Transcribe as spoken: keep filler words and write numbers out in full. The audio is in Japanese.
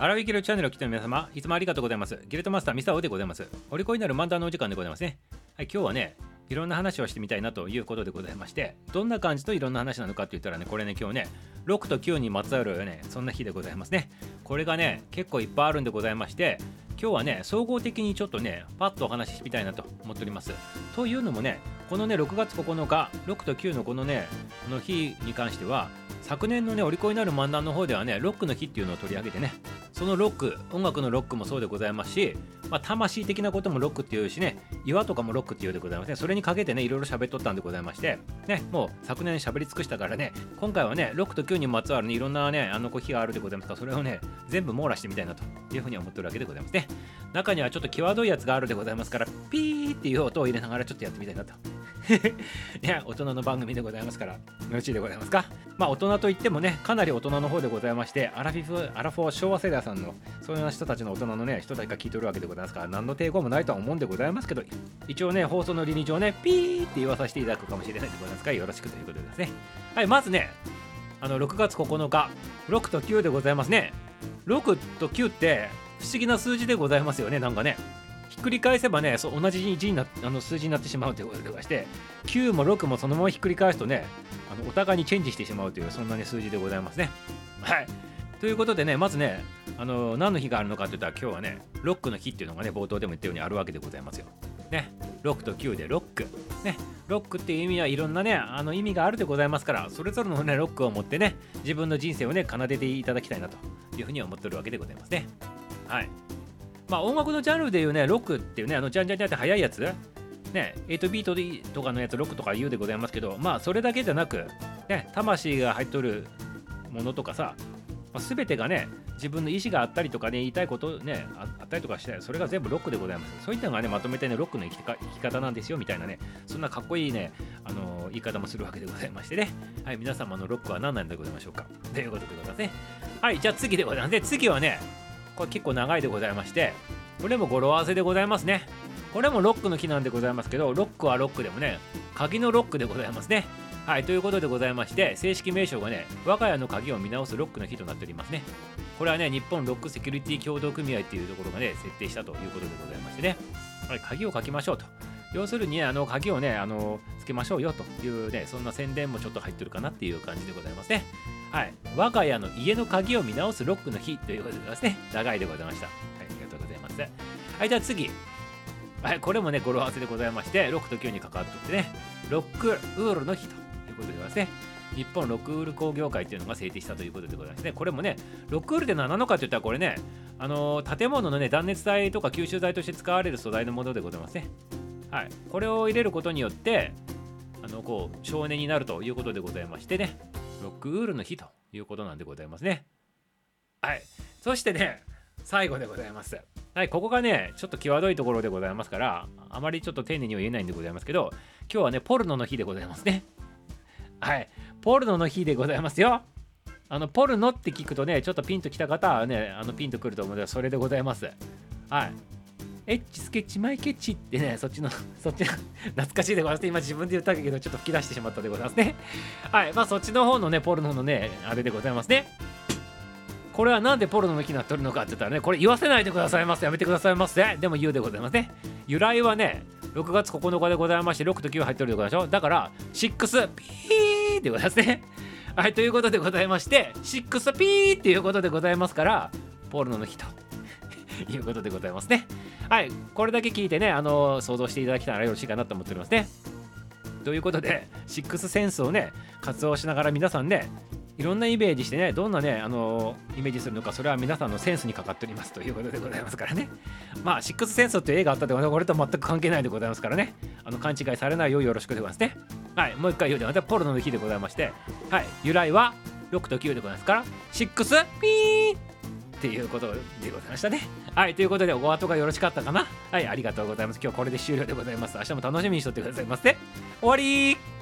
アラウィキルチャンネルを来ての皆様、いつもありがとうございます。ギルトマスターミサオでございます。お利口になる漫談のお時間でございますね。はい、今日はね、いろんな話をしてみたいなということでございまして、どんな感じといろんな話なのかって言ったらね、これね、今日ね、ろくときゅうにまつわるね、そんな日でございますね。これがね、結構いっぱいあるんでございまして、今日はね、総合的にちょっとね、パッとお話ししてみたいなと思っております。というのもね、このね、ろくがつここのか、ろくときゅうのこのね、この日に関しては、昨年のね、お利口になる漫談の方ではね、ロックの日っていうのを取り上げてね、そのロック、音楽のロックもそうでございますし、まあ、魂的なこともロックっていうしね、岩とかもロックっていうでございますね。それにかけてね、いろいろ喋っとったんでございまして、ね、もう昨年喋り尽くしたからね、今回はね、ろくときゅうにまつわるね、いろんなね、あの日があるでございますから、それをね、全部網羅してみたいなというふうに思ってるわけでございますね。中にはちょっと際どいやつがあるでございますから、ピーっていう音を入れながらちょっとやってみたいなと。いや、大人の番組でございますから、よろしいでございますか。まあ、大人といってもね、かなり大人の方でございまして、アラフィフ、アラフォー昭和世代さんの、そういう人たちの大人のね、人たちが聞いてるわけでございますから、何の抵抗もないとは思うんでございますけど、一応ね、放送の理に上ね、ピーって言わさせていただくかもしれないでございますから、よろしくということでですね。はい、まずね、あのろくがつここのか、ろくときゅうでございますね。ろくときゅうって不思議な数字でございますよね、なんかね。ひっくり返せばね、そう同じ字になあの数字になってしまうということでまして、きゅうもろくもそのままひっくり返すとね、あのお互いにチェンジしてしまうという、そんな、ね、数字でございますね。はい。ということでね、まずね、あの何の日があるのかといったら、今日はね、ロックの日っていうのがね、冒頭でも言ったようにあるわけでございますよ。ね、ろくときゅうでロック。ね、ロックっていう意味はいろんなね、あの意味があるでございますから、それぞれのね、ロックを持ってね、自分の人生をね、奏でていただきたいなというふうに思ってるわけでございますね。はい。まあ、音楽のジャンルでいうね、ロックっていうね、あのジャンジャンジャンって速いやつ、ね、はちビートとかのやつロックとか言うでございますけど、まあそれだけじゃなく、ね、魂が入っとるものとかさ、まあ、全てがね、自分の意思があったりとかね、言いたいことね、あったりとかして、それが全部ロックでございます。そういったのがね、まとめてね、ロックの生きか生き方なんですよみたいなね、そんなかっこいいね、あのー、言い方もするわけでございましてね。はい、皆様のロックは何なんでございましょうか。ということでございますね。はい、じゃあ次でございますね。次はね、これ結構長いでございまして、これも語呂合わせでございますね。これもロックの日なんでございますけど、ロックはロックでもね、鍵のロックでございますね。はい、ということでございまして、正式名称がね、我が家の鍵を見直すロックの日となっておりますね。これはね、日本ロックセキュリティ協同組合っていうところがね、設定したということでございましてね、はい、鍵をかけましょうと。要するに、ね、あの鍵をね、あのつけましょうよというね、そんな宣伝もちょっと入ってるかなっていう感じでございますね。はい、我が家の家の鍵を見直すロックの日ということでございますね。長いでございました。はい、ありがとうございます。はい、じゃあ次。はい、これもね、語呂合わせでございまして、ろくときゅうに関わっておってね、ロックウールの日ということでございますね。日本ロックウール工業会というのが制定したということでございますね。これもね、ロックウールって何なのかといったら、これね、あのー、建物のね、断熱材とか吸収材として使われる素材のものでございますね。はい、これを入れることによって、あのこう省エネになるということでございましてね、ロックウールの日ということなんでございますね。はい、そしてね、最後でございます。はい、ここがね、ちょっと際どいところでございますから、あまりちょっと丁寧には言えないんでございますけど、今日はね、ポルノの日でございますね。はい、ポルノの日でございますよ。あの、ポルノって聞くとね、ちょっとピンときた方はね、あのピンとくると思うので、それでございます。はい。エッチスケッチマイケッチってね、そっちの、そっちの、懐かしいでございますね。今自分で言ったけど、ちょっと吹き出してしまったでございますね。はい、まあそっちの方のね、ポルノのね、あれでございますね。これはなんでポルノの日になってるのかって言ったらね、これ言わせないでくださいませ。やめてくださいませ。でも言うでございますね。由来はね、ろくがつここのかでございまして、ろくときゅう入ってるでございましょ。だから、シックスピーでございますね。はい、ということでございまして、シックスピーっていうことでございますから、ポルノの日ということでございますね。はい、これだけ聞いてね、あのー、想像していただけたらよろしいかなと思っておりますね。ということで、シックスセンスをね、活用しながら皆さんね、いろんなイメージしてね、どんなね、あのー、イメージするのか、それは皆さんのセンスにかかっておりますということでございますからね。まあ、シックスセンスっていう映画あったで、これと全く関係ないでございますからね。あの勘違いされないようよろしくでございますね。はい、もう一回言うで、またポルノの日でございまして、はい、由来はろくときゅうでございますから、シックスピーっていうことでございましたね。はい、ということで、お後がよろしかったかな。はい、ありがとうございます。今日これで終了でございます。明日も楽しみにしとってくださいませ。終わりー。